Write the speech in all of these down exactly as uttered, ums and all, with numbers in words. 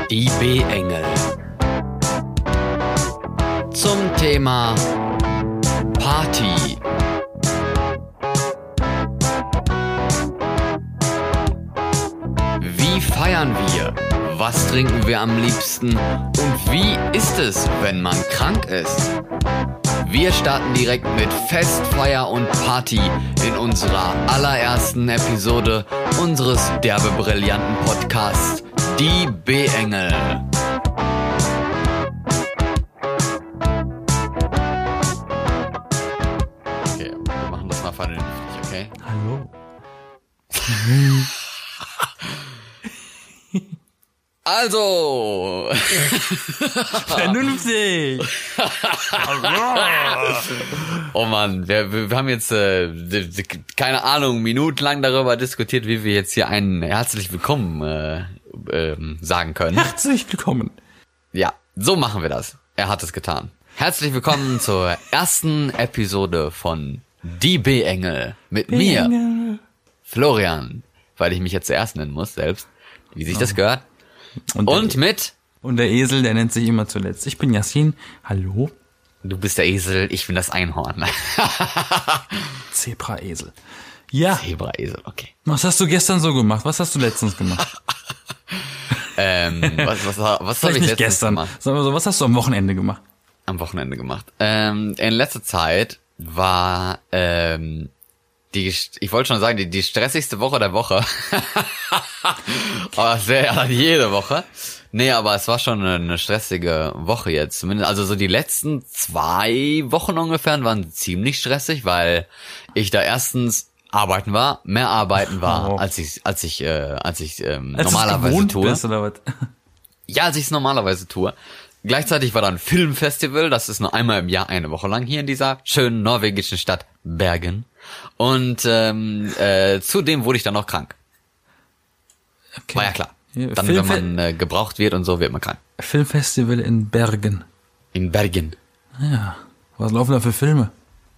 Die B-Engel. Zum Thema Party. Wie feiern wir? Was trinken wir am liebsten? Und wie ist es, wenn man krank ist? Wir starten direkt mit Fest, Feier und Party in unserer allerersten Episode unseres derbe brillanten Podcasts, die B-Engel. Okay, wir machen das mal vernünftig, okay? Hallo. Also. Vernünftig. Oh Mann, wir, wir haben jetzt, äh, keine Ahnung, minutenlang darüber diskutiert, wie wir jetzt hier einen herzlich willkommen äh, äh, sagen können. Herzlich willkommen. Ja, so machen wir das. Er hat es getan. Herzlich willkommen zur ersten Episode von Die B-Engel. Mit mir, Florian, weil ich mich jetzt zuerst nennen muss, selbst, wie sich das gehört. Und, und der, mit? Und der Esel, der nennt sich immer zuletzt. Ich bin Yassin. Hallo. Du bist der Esel, ich bin das Einhorn. Zebra-Esel. Ja. Zebra-Esel, okay. Was hast du gestern so gemacht? Was hast du letztens gemacht? ähm, was was, was habe ich nicht letztens gestern. gemacht? Sag mal so, was hast du am Wochenende gemacht? Am Wochenende gemacht. Ähm, in letzter Zeit war ähm, die, ich wollte schon sagen, die, die stressigste Woche der Woche. Aber es wäre ja jede Woche. Nee, aber es war schon eine stressige Woche jetzt. Zumindest, also so die letzten zwei Wochen ungefähr waren ziemlich stressig, weil ich da erstens arbeiten war, mehr arbeiten war, oh. als ich, als ich, äh, als ich ähm, als normalerweise tue. Bist, oder was? Ja, als ich es normalerweise tue. Gleichzeitig war da ein Filmfestival, das ist nur einmal im Jahr eine Woche lang hier in dieser schönen norwegischen Stadt Bergen. Und ähm, äh, zudem wurde ich dann noch krank. Okay. War ja klar. Dann, Filmfe- wenn man äh, gebraucht wird und so, wird man krank. Filmfestival in Bergen. In Bergen. Ja. Was laufen da für Filme?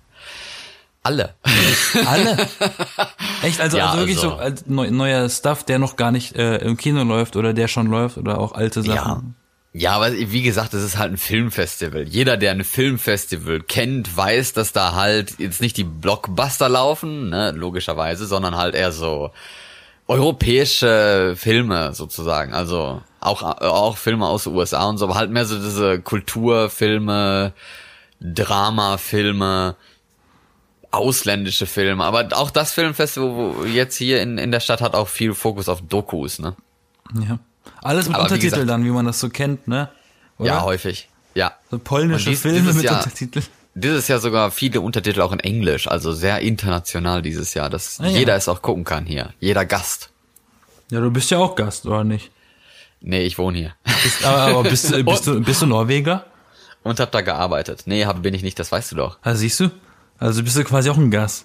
Alle. Alle? Echt? Also, ja, also wirklich also. so als neu, neuer Stuff, der noch gar nicht äh, im Kino läuft oder der schon läuft oder auch alte Sachen? Ja. Ja, aber wie gesagt, es ist halt ein Filmfestival. Jeder, der ein Filmfestival kennt, weiß, dass da halt jetzt nicht die Blockbuster laufen, ne, logischerweise, sondern halt eher so europäische Filme sozusagen. Also auch auch Filme aus den U S A und so, aber halt mehr so diese Kulturfilme, Dramafilme, ausländische Filme. Aber auch das Filmfestival, wo jetzt hier in in der Stadt, hat auch viel Fokus auf Dokus, ne? Ja. Alles mit aber Untertitel gesagt, dann, wie man das so kennt, ne? Oder? Ja, häufig. Ja. So polnische dies, Filme mit Jahr, Untertitel. Dieses Jahr sogar viele Untertitel auch in Englisch, also sehr international dieses Jahr, dass ah, jeder ja. es auch gucken kann hier. Jeder Gast. Ja, du bist ja auch Gast, oder nicht? Nee, ich wohne hier. Bist, aber aber bist, bist, du, bist du Norweger? Und hab da gearbeitet. Nee, hab, bin ich nicht, das weißt du doch. Ah, siehst du? Also bist du quasi auch ein Gast.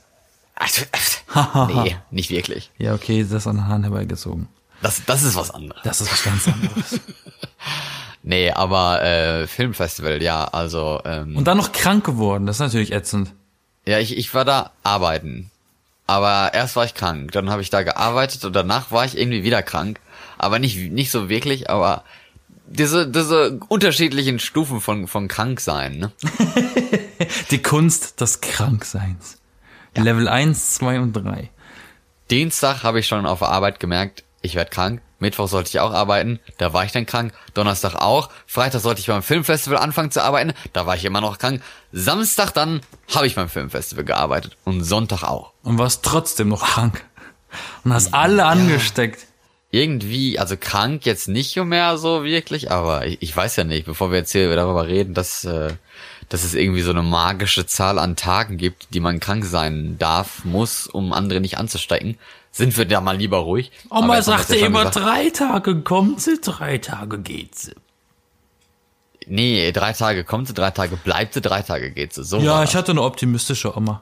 Nee, nicht wirklich. Ja, okay, das ist an den Haaren herbeigezogen. Das, das ist was anderes. Das ist was ganz anderes. Nee, aber äh, Filmfestival, ja, also ähm, und dann noch krank geworden, das ist natürlich ätzend. Ja, ich ich war da arbeiten. Aber erst war ich krank, dann habe ich da gearbeitet und danach war ich irgendwie wieder krank, aber nicht nicht so wirklich, aber diese diese unterschiedlichen Stufen von von Kranksein, ne? Die Kunst des Krankseins. Ja. Level eins, zwei und drei. Dienstag habe ich schon auf der Arbeit gemerkt, ich werde krank. Mittwoch sollte ich auch arbeiten, da war ich dann krank. Donnerstag auch. Freitag sollte ich beim Filmfestival anfangen zu arbeiten, da war ich immer noch krank. Samstag dann habe ich beim Filmfestival gearbeitet und Sonntag auch. Und warst trotzdem noch krank. Und hast alle ja. angesteckt. Irgendwie, also krank jetzt nicht mehr so wirklich, aber ich, ich weiß ja nicht, bevor wir jetzt hier darüber reden, dass, äh, dass es irgendwie so eine magische Zahl an Tagen gibt, die man krank sein darf, muss, um andere nicht anzustecken. Sind wir da mal lieber ruhig. Oma sagte ja immer, gesagt, drei Tage kommt sie, drei Tage geht sie. Nee, drei Tage kommt sie, drei Tage bleibt sie, drei Tage geht sie. So ja, ich hatte eine optimistische Oma.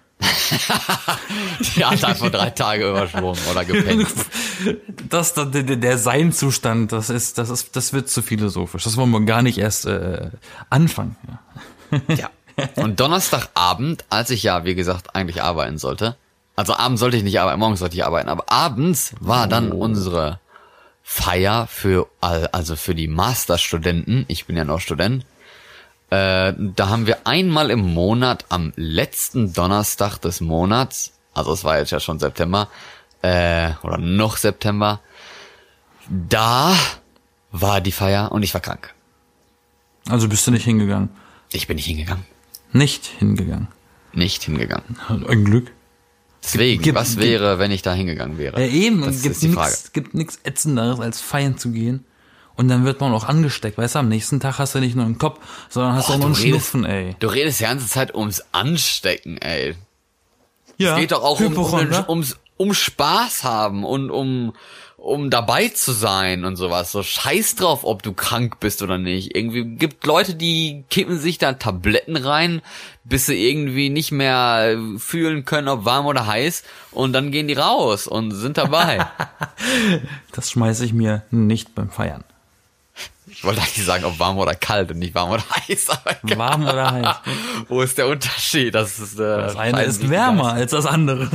Die hat einfach drei Tage überschwungen oder gepennt. Das, der, der Seinzustand, das ist, das ist, das wird zu philosophisch. Das wollen wir gar nicht erst äh, anfangen. Ja. Ja. Und Donnerstagabend, als ich ja, wie gesagt, eigentlich arbeiten sollte, also abends sollte ich nicht arbeiten, morgens sollte ich arbeiten, aber abends war dann unsere Feier für, also für die Masterstudenten, ich bin ja noch Student, äh, da haben wir einmal im Monat am letzten Donnerstag des Monats, also es war jetzt ja schon September, äh, oder noch September, da war die Feier und ich war krank. Also bist du nicht hingegangen? Ich bin nicht hingegangen. Nicht hingegangen. Nicht hingegangen. Ein Glück. Deswegen, Gibt- was gibt- wäre, wenn ich da hingegangen wäre? Ja, eben, Das es gibt ist die Frage. nichts, gibt nichts Ätzenderes, als feiern zu gehen. Und dann wird man auch angesteckt. Weißt du, am nächsten Tag hast du nicht nur einen Kopf, sondern hast Oh, auch noch einen du redest- Schnupfen, ey. Du redest die ganze Zeit ums Anstecken, ey. Ja, Es geht doch auch um, um, Hypochonder. ums, um Spaß haben und um, um dabei zu sein und sowas. So scheiß drauf, ob du krank bist oder nicht. Irgendwie gibt Leute, die kippen sich da Tabletten rein, bis sie irgendwie nicht mehr fühlen können, ob warm oder heiß. Und dann gehen die raus und sind dabei. Das schmeiße ich mir nicht beim Feiern. Ich wollte eigentlich sagen, ob warm oder kalt und nicht warm oder heiß. Aber egal. Warm oder heiß. Wo ist der Unterschied? Das ist, äh, Das eine scheint ist nicht wärmer gleich. als das andere.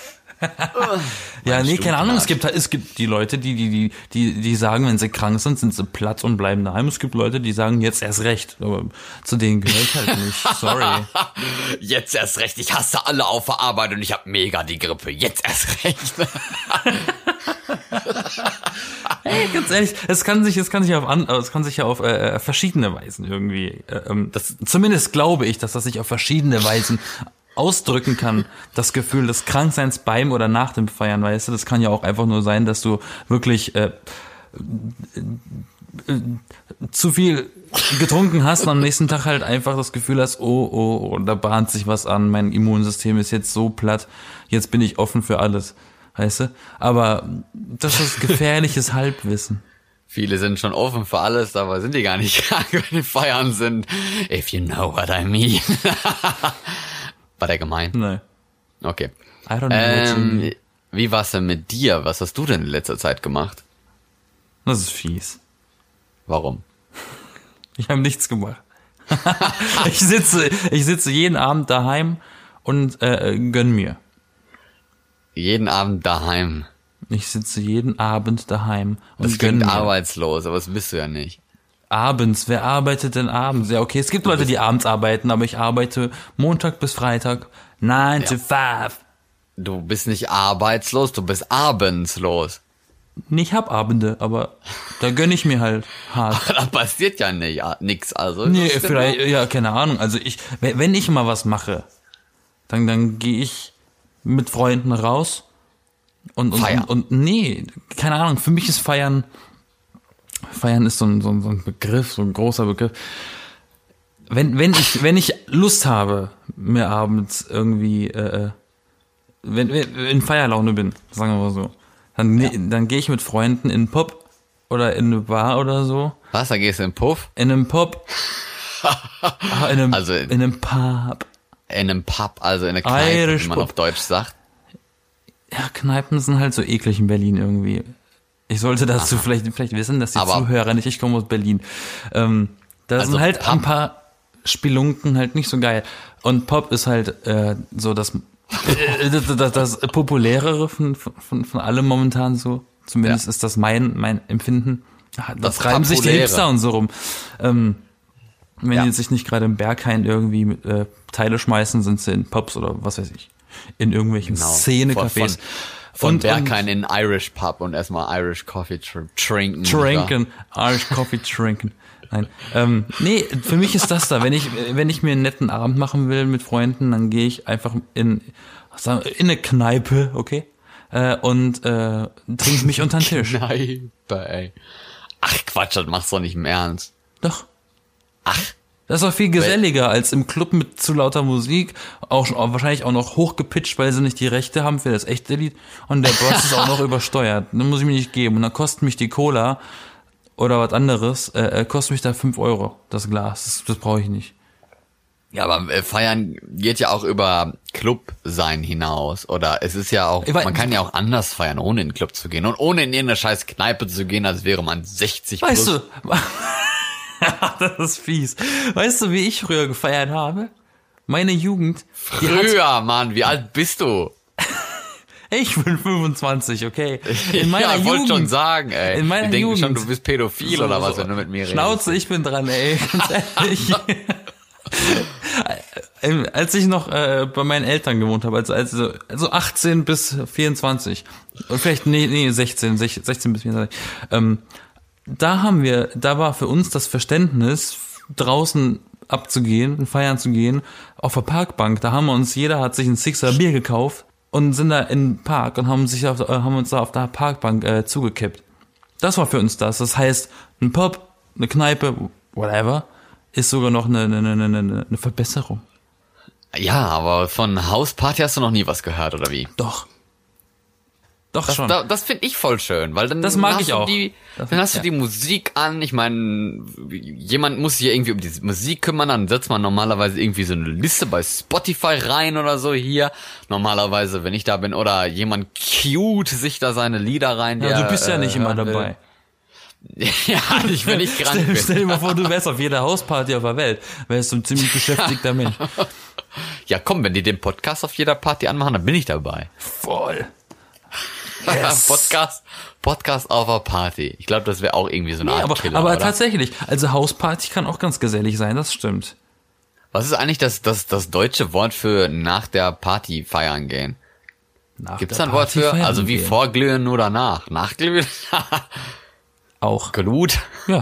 Ja, nee, keine Ahnung. Es gibt halt, es gibt die Leute, die, die, die, die, die sagen, wenn sie krank sind, sind sie platt und bleiben daheim. Es gibt Leute, die sagen, jetzt erst recht. Aber zu denen gehöre ich halt nicht. Sorry. Jetzt erst recht. Ich hasse alle auf der Arbeit und ich habe mega die Grippe. Jetzt erst recht. Hey, ganz ehrlich, es kann sich, es kann sich auf, an, es kann sich ja auf äh, verschiedene Weisen irgendwie. Äh, ähm, das, zumindest glaube ich, dass das sich auf verschiedene Weisen ausdrücken kann, das Gefühl des Krankseins beim oder nach dem Feiern, weißt du, das kann ja auch einfach nur sein, dass du wirklich äh, äh, zu viel getrunken hast und am nächsten Tag halt einfach das Gefühl hast, oh, oh, oh, da bahnt sich was an, mein Immunsystem ist jetzt so platt, jetzt bin ich offen für alles, weißt du, aber das ist gefährliches Halbwissen. Viele sind schon offen für alles, aber sind die gar nicht krank, wenn die feiern sind. If you know what I mean. War der gemein? Nein. Okay. I don't know what you Ähm, mean. wie war's denn mit dir? Was hast du denn in letzter Zeit gemacht? Das ist fies. Warum? Ich habe nichts gemacht. ich sitze, ich sitze jeden Abend daheim und äh, gönn mir. Jeden Abend daheim. Ich sitze jeden Abend daheim und Das gönn klingt mir. arbeitslos, aber das bist du ja nicht. Abends, wer arbeitet denn abends? Ja, okay, es gibt Leute, die abends arbeiten, aber ich arbeite Montag bis Freitag, nine to five. Du bist nicht arbeitslos, du bist abendslos. Ich hab Abende, aber da gönn ich mir halt hart. Da passiert ja nicht, ja, nix, also. Nee, das stimmt vielleicht, ja, keine Ahnung. Also ich, wenn wenn ich mal was mache, dann, dann gehe ich mit Freunden raus und, und, Feiern. und, und, nee, keine Ahnung, für mich ist Feiern, Feiern ist so ein, so ein, so ein Begriff, so ein großer Begriff. Wenn, wenn ich, wenn ich Lust habe, mir abends irgendwie, äh, wenn, wenn in Feierlaune bin, sagen wir mal so, dann, ne, dann gehe ich mit Freunden in einen Pub oder in eine Bar oder so. Was, da gehst du in den Puff? In einem Pub. Ah, in einem, Also- in einem Pub. In einem Pub, also in einer Kneipe, Irish wie man Pub. auf Deutsch sagt. Ja, Kneipen sind halt so eklig in Berlin irgendwie. Ich sollte dazu vielleicht, vielleicht wissen, dass die Aber- Zuhörer nicht, ich komme aus Berlin. Ähm, da Also sind halt Pub- ein paar Spelunken halt nicht so geil. Und Pop ist halt äh, so das, äh, das, das, das populärere von, von, von allem momentan so. Zumindest Ja. ist das mein, mein Empfinden. Da Das treiben sich die Populäre. Hipster und so rum. Ähm, wenn Ja. die jetzt sich nicht gerade im Berghain irgendwie mit, äh, Teile schmeißen, sind sie in Pubs oder was weiß ich. In irgendwelchen Genau. Szene-Cafés. Von, von Und- Berghain in Irish Pub und erstmal Irish Coffee tr- trinken. Trinken, Irish Coffee trinken. Nein, ähm, nee, für mich ist das da. Wenn ich, wenn ich mir einen netten Abend machen will mit Freunden, dann gehe ich einfach in, sagen wir, in eine Kneipe, okay, äh, und äh, trinke mich unter den Tisch. Kneipe, ey. Ach Quatsch, das machst du doch nicht im Ernst. Doch. Ach, Das ist auch viel geselliger als im Club mit zu lauter Musik, auch schon, auch wahrscheinlich auch noch hochgepitcht, weil sie nicht die Rechte haben für das echte Lied und der Boss ist auch noch übersteuert. Dann muss ich mir nicht geben und dann kostet mich die Cola oder was anderes, äh, kostet mich da fünf Euro, das Glas. Das, das brauche ich nicht. ja, aber äh, feiern geht ja auch über Club sein hinaus. Oder es ist ja auch, Ich weiß- man kann ja auch anders feiern, ohne in den Club zu gehen. Und ohne in irgendeine scheiß Kneipe zu gehen, als wäre man sechzig Weißt plus. du, das ist fies. Weißt du, wie ich früher gefeiert habe? Meine Jugend. Die hat, Früher, Mann, wie alt bist du? Ich bin fünfundzwanzig, okay. In meiner ja, ich wollte Jugend, schon sagen, ey. in meiner Die denken Jugend. schon, du bist pädophil So, oder was, so. wenn du mit mir redest. Schnauze, ich bin dran, ey. Ganz ehrlich. Ähm, Als ich noch äh, bei meinen Eltern gewohnt habe, also, also, also achtzehn bis vierundzwanzig, und vielleicht, nee, nee, sechzehn, sechzehn bis vierundzwanzig, ähm, da haben wir, da war für uns das Verständnis, draußen abzugehen, feiern zu gehen, auf der Parkbank. Da haben wir uns, jeder hat sich ein Sixer Bier gekauft und sind da in den Park und haben sich auf, haben uns da auf der Parkbank äh, zugekippt. Das war für uns das. Das heißt, ein Pub, eine Kneipe, whatever, ist sogar noch eine, eine, eine, eine, eine Verbesserung. Ja, aber von Hausparty hast du noch nie was gehört, oder wie? Doch. Doch Das, schon. da, das finde ich voll schön, weil dann Das mag hast ich du auch. Die, Das- dann hast du ja. die Musik an. Ich meine, jemand muss sich ja irgendwie um die Musik kümmern. Dann setzt man normalerweise irgendwie so eine Liste bei Spotify rein oder so hier. Normalerweise, wenn ich da bin, oder jemand cute sich da seine Lieder rein. Ja, der, du bist ja äh, nicht immer hören will. dabei. Ja, ich wenn ich krank Stell, bin. stell dir mal vor, du wärst auf jeder Hausparty auf der Welt. Wärst du ein ziemlich beschäftigter Mensch. Ja, komm, wenn die den Podcast auf jeder Party anmachen, dann bin ich dabei. Voll. Yes. Podcast, Podcast auf einer Party. Ich glaube, das wäre auch irgendwie so eine Nee, Art aber, Killer, aber oder? tatsächlich, also Hausparty kann auch ganz gesellig sein, das stimmt. Was ist eigentlich das, das, das deutsche Wort für nach der Party feiern gehen? Nach Gibt's der da ein Wort Party für? feiern Also wie gehen. vorglühen oder danach? Nachglühen? Auch. Glut? Ja,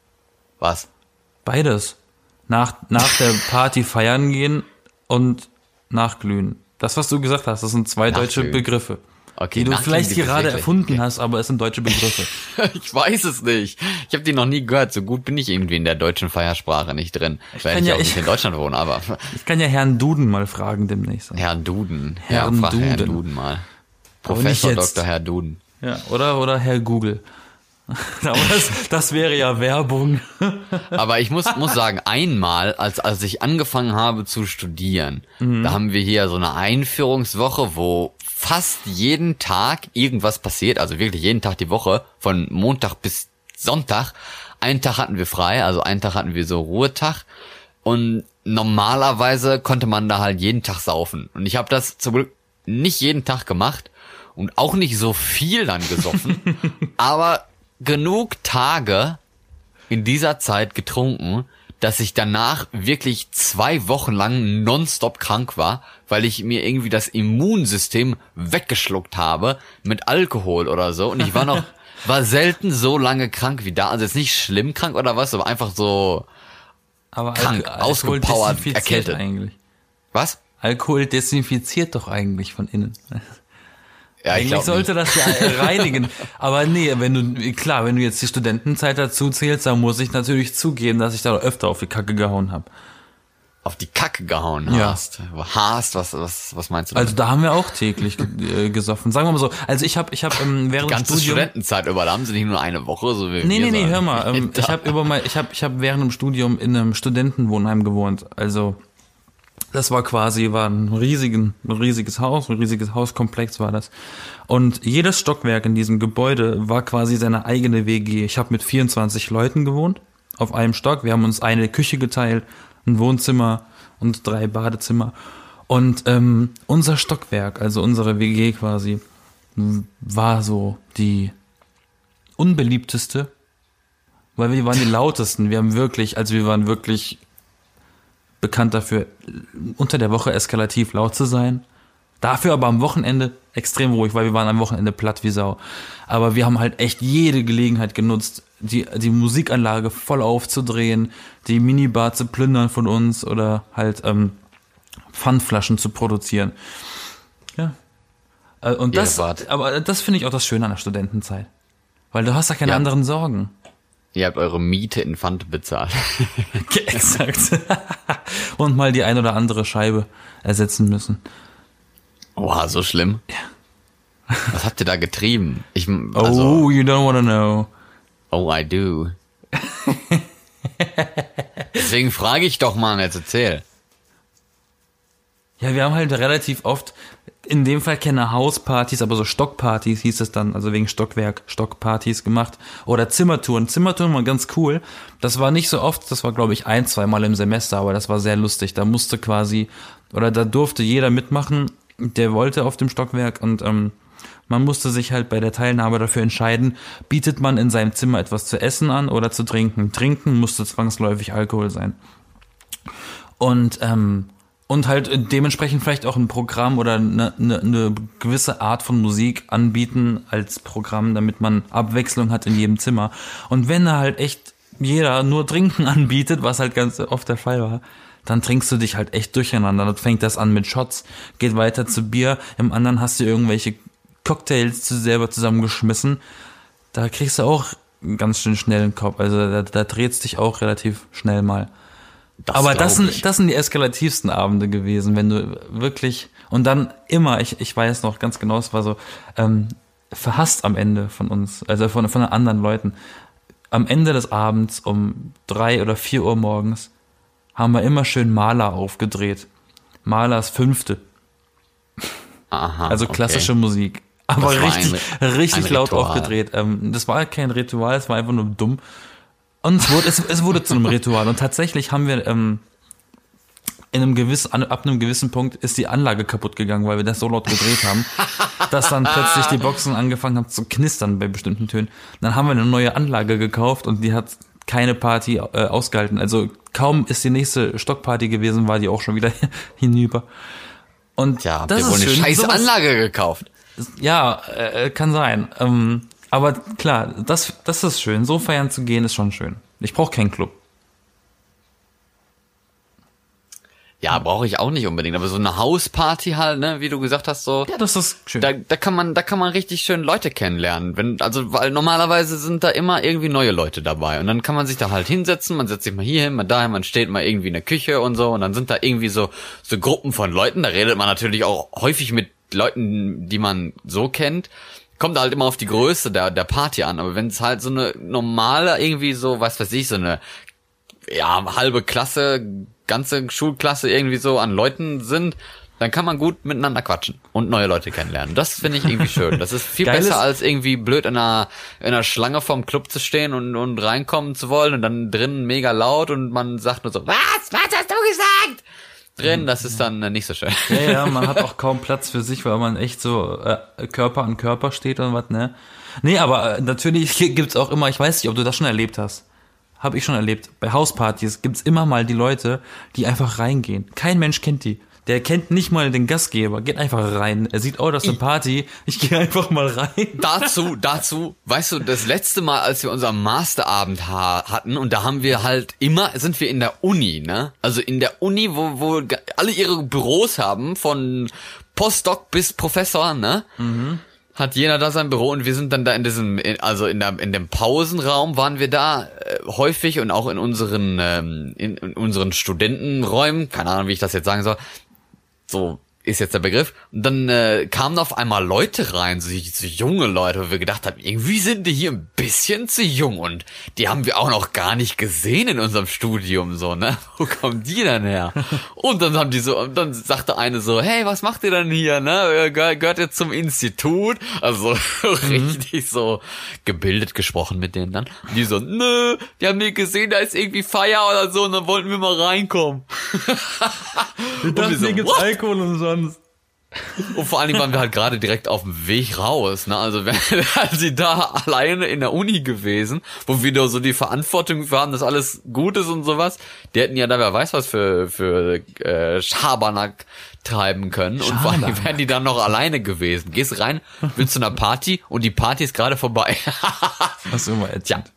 Was? beides. Nach, nach der Party feiern gehen und nachglühen. Das, was du gesagt hast, das sind zwei deutsche Nachglühen. Begriffe. Okay, Die du nachglühen vielleicht gibt es gerade wirklich. erfunden Okay. hast, aber es sind deutsche Begriffe. Ich weiß es nicht. Ich habe die noch nie gehört. So gut bin ich irgendwie in der deutschen Feiersprache nicht drin. Weil kann ich ja- auch ich- nicht in Deutschland wohne, aber Ich kann ja Herrn Duden mal fragen demnächst. Herrn Duden. Herrn ja, frag Herrn Duden. Duden mal. Aber nicht Professor jetzt. Doktor Herr Duden. Ja, oder, oder Herr Google. Aber das, das wäre ja Werbung. Aber ich muss, muss sagen, einmal, als, als ich angefangen habe zu studieren, Mhm. da haben wir hier so eine Einführungswoche, wo fast jeden Tag irgendwas passiert, also wirklich jeden Tag die Woche, von Montag bis Sonntag. Einen Tag hatten wir frei, also einen Tag hatten wir so Ruhetag. Und normalerweise konnte man da halt jeden Tag saufen. Und ich habe das zum Glück nicht jeden Tag gemacht und auch nicht so viel dann gesoffen, aber genug Tage in dieser Zeit getrunken, dass ich danach wirklich zwei Wochen lang nonstop krank war, weil ich mir irgendwie das Immunsystem weggeschluckt habe mit Alkohol oder so. Und ich war noch, war selten so lange krank wie da. Also jetzt nicht schlimm krank oder was, aber einfach so, Aber Krank, Alk- Alkohol ausgepowert, desinfiziert erkältet. eigentlich. was? Alkohol desinfiziert doch eigentlich von innen. Ja, ich Eigentlich glaub sollte nicht. das ja reinigen. Aber nee, wenn du, klar, wenn du jetzt die Studentenzeit dazu zählst, dann muss ich natürlich zugeben, dass ich da öfter auf die Kacke gehauen habe. Auf die Kacke gehauen Ja. hast. Hast, was, was, was meinst du? Also da haben wir auch täglich ge- äh, gesoffen. Sagen wir mal so. Also ich habe, ich habe ähm, während die dem ganze Studium. Studentenzeit über, da haben sie nicht nur eine Woche, so wie Nee, wir nee, nee, sagen. hör mal. Ähm, ich habe über mein, ich habe, ich habe während dem Studium in einem Studentenwohnheim gewohnt. Also das war quasi, war ein riesigen, ein riesiges Haus, ein riesiges Hauskomplex war das. Und jedes Stockwerk in diesem Gebäude war quasi seine eigene W G. Ich habe mit vierundzwanzig Leuten gewohnt auf einem Stock. Wir haben uns eine Küche geteilt, ein Wohnzimmer und drei Badezimmer. Und ähm, unser Stockwerk, also unsere W G quasi, war so die unbeliebteste, weil wir waren die lautesten. Wir haben wirklich, also wir waren wirklich bekannt dafür, unter der Woche eskalativ laut zu sein. Dafür aber am Wochenende extrem ruhig, weil wir waren am Wochenende platt wie Sau. Aber wir haben halt echt jede Gelegenheit genutzt, die, die Musikanlage voll aufzudrehen, die Minibar zu plündern von uns oder halt ähm, Pfandflaschen zu produzieren. Ja. Äh, Und Ihr das, wart- aber das finde ich auch das Schöne an der Studentenzeit. Weil du hast ja keine Ja. anderen Sorgen. Ihr habt eure Miete in Pfand bezahlt. Exakt. Und mal die ein oder andere Scheibe ersetzen müssen. Oha, so schlimm. Ja. Was habt ihr da getrieben? Ich, Oh, also, you don't wanna know. oh, I do. Deswegen frage ich doch mal, jetzt erzähl. Ja, wir haben halt relativ oft, in dem Fall keine Hauspartys, aber so Stockpartys hieß es dann, also wegen Stockwerk, Stockpartys gemacht. Oder Zimmertouren. Zimmertouren waren ganz cool. Das war nicht so oft, das war glaube ich ein, zwei Mal im Semester, aber das war sehr lustig. Da musste quasi, oder da durfte jeder mitmachen der wollte auf dem Stockwerk und ähm, man musste sich halt bei der Teilnahme dafür entscheiden, bietet man in seinem Zimmer etwas zu essen an oder zu trinken. Trinken musste zwangsläufig Alkohol sein. Und ähm, und halt dementsprechend vielleicht auch ein Programm oder eine, eine, eine gewisse Art von Musik anbieten als Programm, damit man Abwechslung hat in jedem Zimmer. Und wenn da halt echt jeder nur Trinken anbietet, was halt ganz oft der Fall war, dann trinkst du dich halt echt durcheinander. Dann fängt das an mit Shots, geht weiter zu Bier, im anderen hast du irgendwelche Cocktails selber zusammengeschmissen. Da kriegst du auch ganz schön schnell den Kopf. Also da, da dreht's dich auch relativ schnell mal. Das Aber das sind, das sind die eskalativsten Abende gewesen, wenn du wirklich, und dann immer, ich, ich weiß noch ganz genau, es war so, ähm, verhasst am Ende von uns, also von, von den anderen Leuten. Am Ende des Abends um drei oder vier Uhr morgens haben wir immer schön Mahler aufgedreht. Mahlers Fünfte. Aha, also klassische okay. Musik. Aber richtig, ein, richtig ein laut Ritual. aufgedreht. Ähm, das war kein Ritual, es war einfach nur dumm. Und es wurde, es, es wurde zu einem Ritual. Und tatsächlich haben wir ähm, in einem gewissen, ab einem gewissen Punkt ist die Anlage kaputt gegangen, weil wir das so laut gedreht haben, dass dann plötzlich die Boxen angefangen haben zu knistern bei bestimmten Tönen. Dann haben wir eine neue Anlage gekauft und die hat keine Party äh, ausgehalten. Also kaum ist die nächste Stockparty gewesen, war die auch schon wieder hinüber. Und ja, habt das ihr wohl ist eine schön. scheiß Sowas, Anlage gekauft? Ja, äh, kann sein. Ähm, aber klar, das, das ist schön. So feiern zu gehen ist schon schön. Ich brauche keinen Club. Ja, brauche ich auch nicht unbedingt, aber so eine Hausparty halt, ne, wie du gesagt hast, so. Ja, das ist schön. Da, da kann man, da kann man richtig schön Leute kennenlernen. Wenn, also, weil normalerweise sind da immer irgendwie neue Leute dabei und dann kann man sich da halt hinsetzen, man setzt sich mal hier hin, mal dahin, man steht mal irgendwie in der Küche und so und dann sind da irgendwie so, so Gruppen von Leuten, da redet man natürlich auch häufig mit Leuten, die man so kennt. Kommt halt immer auf die Größe der, der Party an, aber wenn es halt so eine normale, irgendwie so, was weiß ich, so eine, ja, halbe Klasse, ganze Schulklasse irgendwie so an Leuten sind, dann kann man gut miteinander quatschen und neue Leute kennenlernen. Das finde ich irgendwie schön. Das ist viel Geiles besser als irgendwie blöd in einer, in einer Schlange vorm Club zu stehen und, und reinkommen zu wollen und dann drinnen mega laut und man sagt nur so, was, was hast du gesagt? Drin, das ist dann äh, nicht so schön. Ja, ja, man hat auch kaum Platz für sich, weil man echt so äh, Körper an Körper steht und was, ne? Nee, aber äh, natürlich gibt's auch immer, ich weiß nicht, ob du das schon erlebt hast. Habe ich schon erlebt. Bei Hauspartys gibt's immer mal die Leute, die einfach reingehen. Kein Mensch kennt die. Der kennt nicht mal den Gastgeber, geht einfach rein. Er sieht, oh, das ist eine Party, ich gehe einfach mal rein. Dazu, dazu, weißt du, das letzte Mal, als wir unseren Masterabend ha- hatten, und da haben wir halt immer, sind wir in der Uni, ne? Also in der Uni, wo, wo alle ihre Büros haben, von Postdoc bis Professor, ne? Mhm. Hat jeder da sein Büro und wir sind dann da in diesem, also in der, in dem Pausenraum waren wir da äh, häufig und auch in unseren, ähm, in, in unseren Studentenräumen, keine Ahnung, wie ich das jetzt sagen soll, so ist jetzt der Begriff. Und dann äh, kamen auf einmal Leute rein, so, so junge Leute, wo wir gedacht haben, irgendwie sind die hier ein bisschen zu jung und die haben wir auch noch gar nicht gesehen in unserem Studium, so, ne? Wo kommen die denn her? Und dann haben die so, und dann sagte eine so, hey, was macht ihr denn hier, ne? Geh, gehört ihr zum Institut? Also mhm. richtig so gebildet gesprochen mit denen dann. Und die so, nö, wir haben nie gesehen, da ist irgendwie Feier oder so und dann wollten wir mal reinkommen. Wir dachten, hier gibt's Alkohol und sonst. Und vor allen Dingen waren wir halt gerade direkt auf dem Weg raus, ne? Also wären sie da alleine in der Uni gewesen, wo wir da so die Verantwortung für haben, dass alles gut ist und sowas. Die hätten ja da wer weiß was für für äh, Schabernack treiben können. Und vor allen Dingen wären die dann noch alleine gewesen. Gehst rein, willst zu einer Party und die Party ist gerade vorbei. Was immer ätzend. Ja.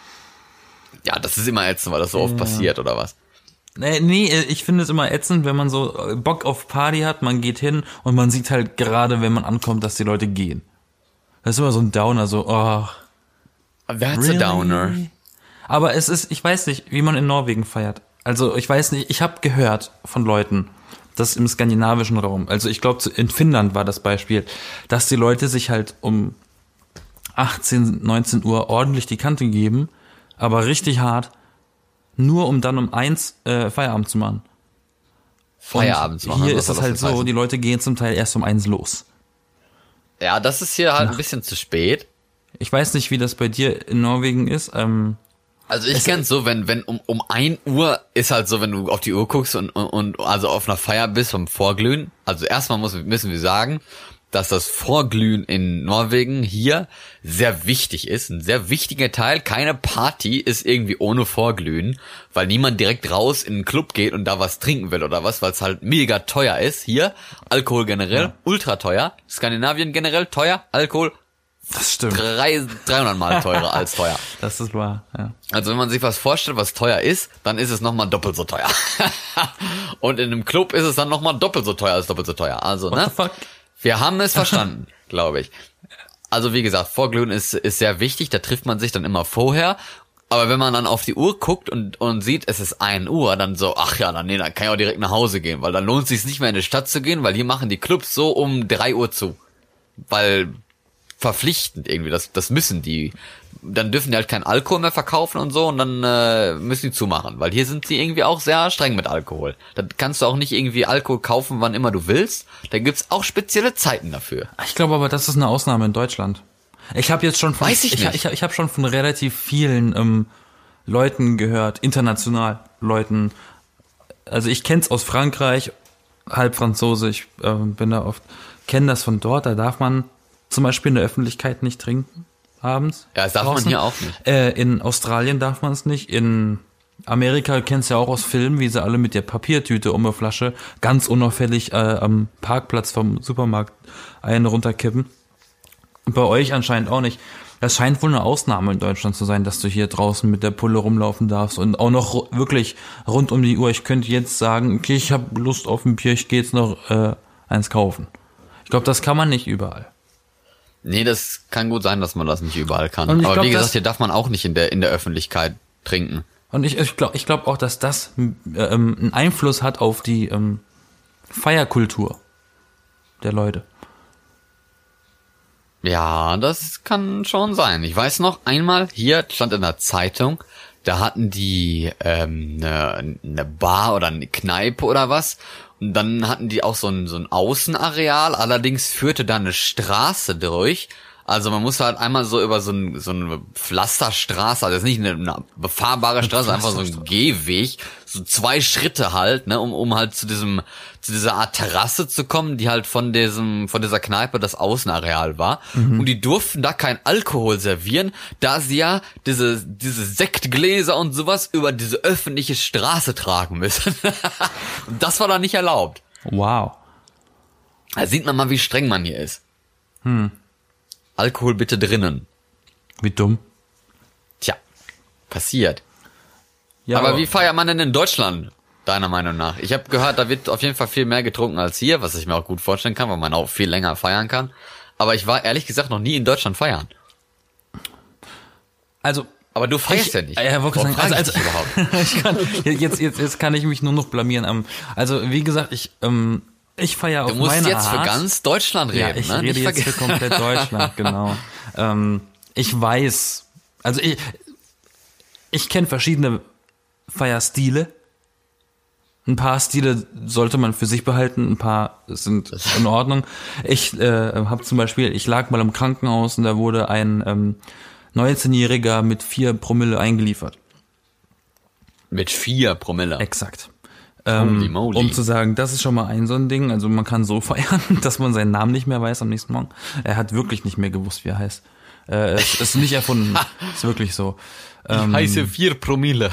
Ja, das ist immer ätzend, weil das so oft ja. passiert, oder was? Nee, nee, ich finde es immer ätzend, wenn man so Bock auf Party hat, man geht hin und man sieht halt gerade, wenn man ankommt, dass die Leute gehen. Das ist immer so ein Downer, so, oh. That's really? a Downer. Aber es ist, ich weiß nicht, wie man in Norwegen feiert. Also ich weiß nicht, ich habe gehört von Leuten, das im skandinavischen Raum, also ich glaube in Finnland war das Beispiel, dass die Leute sich halt um achtzehn, neunzehn Uhr ordentlich die Kante geben, aber richtig hart, nur um dann um eins äh, Feierabend zu machen. Feierabend zu machen. Hier ist es halt so, heißen? Die Leute gehen zum Teil erst um eins los. Ja, das ist hier halt Ach. ein bisschen zu spät. Ich weiß nicht, wie das bei dir in Norwegen ist. Ähm, Also ich kenn's so, wenn, wenn um, um ein Uhr ist halt so, wenn du auf die Uhr guckst und, und, und also auf einer Feier bist vom Vorglühen. Also erstmal muss, müssen wir sagen, dass das Vorglühen in Norwegen hier sehr wichtig ist. Ein sehr wichtiger Teil. Keine Party ist irgendwie ohne Vorglühen, weil niemand direkt raus in einen Club geht und da was trinken will oder was, weil es halt mega teuer ist. Hier, Alkohol generell, ja. ultra teuer. Skandinavien generell teuer, Alkohol das stimmt. Drei, dreihundert Mal teurer als teuer. Das ist wahr, ja. Also wenn man sich was vorstellt, was teuer ist, dann ist es nochmal doppelt so teuer. Und in einem Club ist es dann nochmal doppelt so teuer als doppelt so teuer. Also, What ne? the fuck? Wir haben es verstanden, glaube ich. Also wie gesagt, Vorglühen ist, ist sehr wichtig, da trifft man sich dann immer vorher. Aber wenn man dann auf die Uhr guckt und, und sieht, es ist ein Uhr, dann so, ach ja, dann, nee, dann kann ich auch direkt nach Hause gehen, weil dann lohnt es sich nicht mehr in die Stadt zu gehen, weil hier machen die Clubs so um drei Uhr zu. Weil verpflichtend irgendwie, das, das müssen die. Dann dürfen die halt keinen Alkohol mehr verkaufen und so und dann äh, müssen die zumachen, weil hier sind sie irgendwie auch sehr streng mit Alkohol. Da kannst du auch nicht irgendwie Alkohol kaufen, wann immer du willst. Da gibt's auch spezielle Zeiten dafür. Ich glaube aber, das ist eine Ausnahme in Deutschland. Ich habe jetzt schon von, Weiß ich ich, nicht. ich, ich habe schon von relativ vielen ähm, Leuten gehört, international Leuten. Also ich kenn's aus Frankreich, halb Franzose, ich äh, bin da oft, kenne das von dort, da darf man zum Beispiel in der Öffentlichkeit nicht trinken, abends. Ja, das darf draußen. Man hier auch nicht. Äh, in Australien darf man es nicht. In Amerika kennst du ja auch aus Filmen, wie sie alle mit der Papiertüte um eine Flasche ganz unauffällig äh, am Parkplatz vom Supermarkt einen runterkippen. Und bei euch anscheinend auch nicht. Das scheint wohl eine Ausnahme in Deutschland zu sein, dass du hier draußen mit der Pulle rumlaufen darfst und auch noch wirklich rund um die Uhr. Ich könnte jetzt sagen, okay, ich habe Lust auf ein Bier, ich gehe jetzt noch äh, eins kaufen. Ich glaube, das kann man nicht überall. Nee, das kann gut sein, dass man das nicht überall kann. Aber glaub, wie gesagt, das, hier darf man auch nicht in der in der Öffentlichkeit trinken. Und ich, ich glaube ich glaub auch, dass das ähm, einen Einfluss hat auf die ähm, Feierkultur der Leute. Ja, das kann schon sein. Ich weiß noch, einmal hier stand in der Zeitung, da hatten die ähm, eine, eine Bar oder eine Kneipe oder was. Und dann hatten die auch so ein, so ein Außenareal, allerdings führte da eine Straße durch. Also man musste halt einmal so über so, ein, so eine Pflasterstraße, also jetzt nicht eine, eine befahrbare Straße, einfach so ein Gehweg, so zwei Schritte halt, ne, um, um halt zu diesem, zu dieser Art Terrasse zu kommen, die halt von diesem, von dieser Kneipe das Außenareal war. Mhm. Und die durften da kein Alkohol servieren, da sie ja diese, diese Sektgläser und sowas über diese öffentliche Straße tragen müssen. Und das war da nicht erlaubt. Wow. Da sieht man mal, wie streng man hier ist. Hm. Alkohol bitte drinnen. Wie dumm. Tja, passiert. Ja, aber, aber wie feiert man denn in Deutschland, deiner Meinung nach? Ich habe gehört, da wird auf jeden Fall viel mehr getrunken als hier, was ich mir auch gut vorstellen kann, weil man auch viel länger feiern kann. Aber ich war ehrlich gesagt noch nie in Deutschland feiern. Also, aber du feierst ich, ja nicht. Ja, wollte sagen, also, also, überhaupt? ich kann, jetzt, jetzt, jetzt kann ich mich nur noch blamieren. Also, wie gesagt, ich, ähm, ich feiere auf meine Art. Du musst jetzt für ganz Deutschland reden. Ja, ich ne? rede Nicht jetzt für komplett Deutschland, genau. Ähm, ich weiß, also ich, ich kenne verschiedene Feierstile. Ein paar Stile sollte man für sich behalten, ein paar sind in Ordnung. Ich äh, habe zum Beispiel, ich lag mal im Krankenhaus und da wurde ein ähm, neunzehnjähriger mit vier Promille eingeliefert. Mit vier Promille? Exakt. Ähm, um zu sagen, das ist schon mal ein so ein Ding, also man kann so feiern, dass man seinen Namen nicht mehr weiß am nächsten Morgen. Er hat wirklich nicht mehr gewusst, wie er heißt. Äh, es ist nicht erfunden, ist wirklich so. Ähm, ich heiße vier Promille.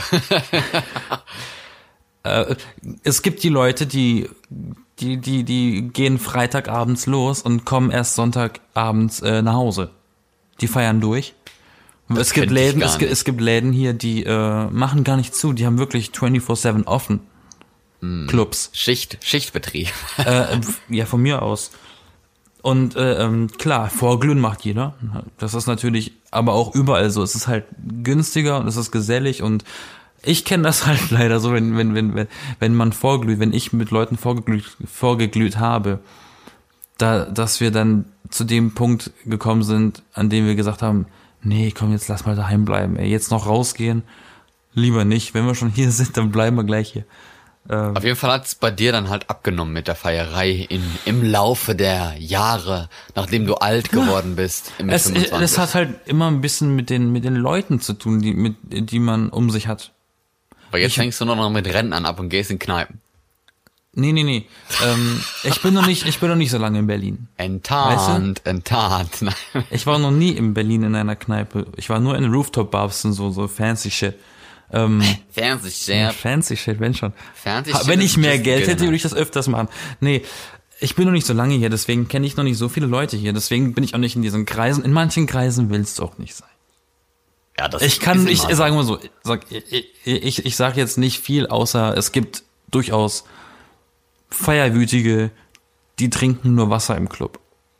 äh, es gibt die Leute, die, die, die, die gehen Freitagabends los und kommen erst Sonntagabends äh, nach Hause. Die feiern durch. Es gibt Läden, es gibt, es gibt Läden hier, die äh, machen gar nicht zu, die haben wirklich vierundzwanzig sieben offen. Clubs. Schicht, Schichtbetrieb. äh, ja, von mir aus. Und äh, ähm, klar, Vorglühen macht jeder. Das ist natürlich aber auch überall so. Es ist halt günstiger und es ist gesellig und ich kenne das halt leider so, wenn, wenn, wenn, wenn, wenn man vorglüht, wenn ich mit Leuten vorgeglüht, vorgeglüht habe, da, dass wir dann zu dem Punkt gekommen sind, an dem wir gesagt haben, nee, komm, jetzt lass mal daheim bleiben, ey, jetzt noch rausgehen, lieber nicht. Wenn wir schon hier sind, dann bleiben wir gleich hier. Auf jeden Fall hat's bei dir dann halt abgenommen mit der Feierei in, im Laufe der Jahre, nachdem du alt geworden bist. Im Es, es hat halt immer ein bisschen mit den mit den Leuten zu tun, die mit die man um sich hat. Aber jetzt ich, fängst du nur noch mit Rennen an ab und gehst in Kneipen. Nee, nee, nee. ähm, ich bin noch nicht, ich bin noch nicht so lange in Berlin. Enttarnt, weißt du? enttarnt. Ich war noch nie in Berlin in einer Kneipe. Ich war nur in Rooftop-Bars und so, so fancy shit. Ähm, fancy shit. Fancy shit, wenn schon. Fancy ha, wenn ich mehr Geld hätte, würde ich das öfters machen. Nee, ich bin noch nicht so lange hier, deswegen kenne ich noch nicht so viele Leute hier. Deswegen bin ich auch nicht in diesen Kreisen. In manchen Kreisen willst du auch nicht sein. Ja, das ich kann, ich so. sagen wir so, sag, ich, ich, ich sage jetzt nicht viel, außer es gibt durchaus Feierwütige, die trinken nur Wasser im Club.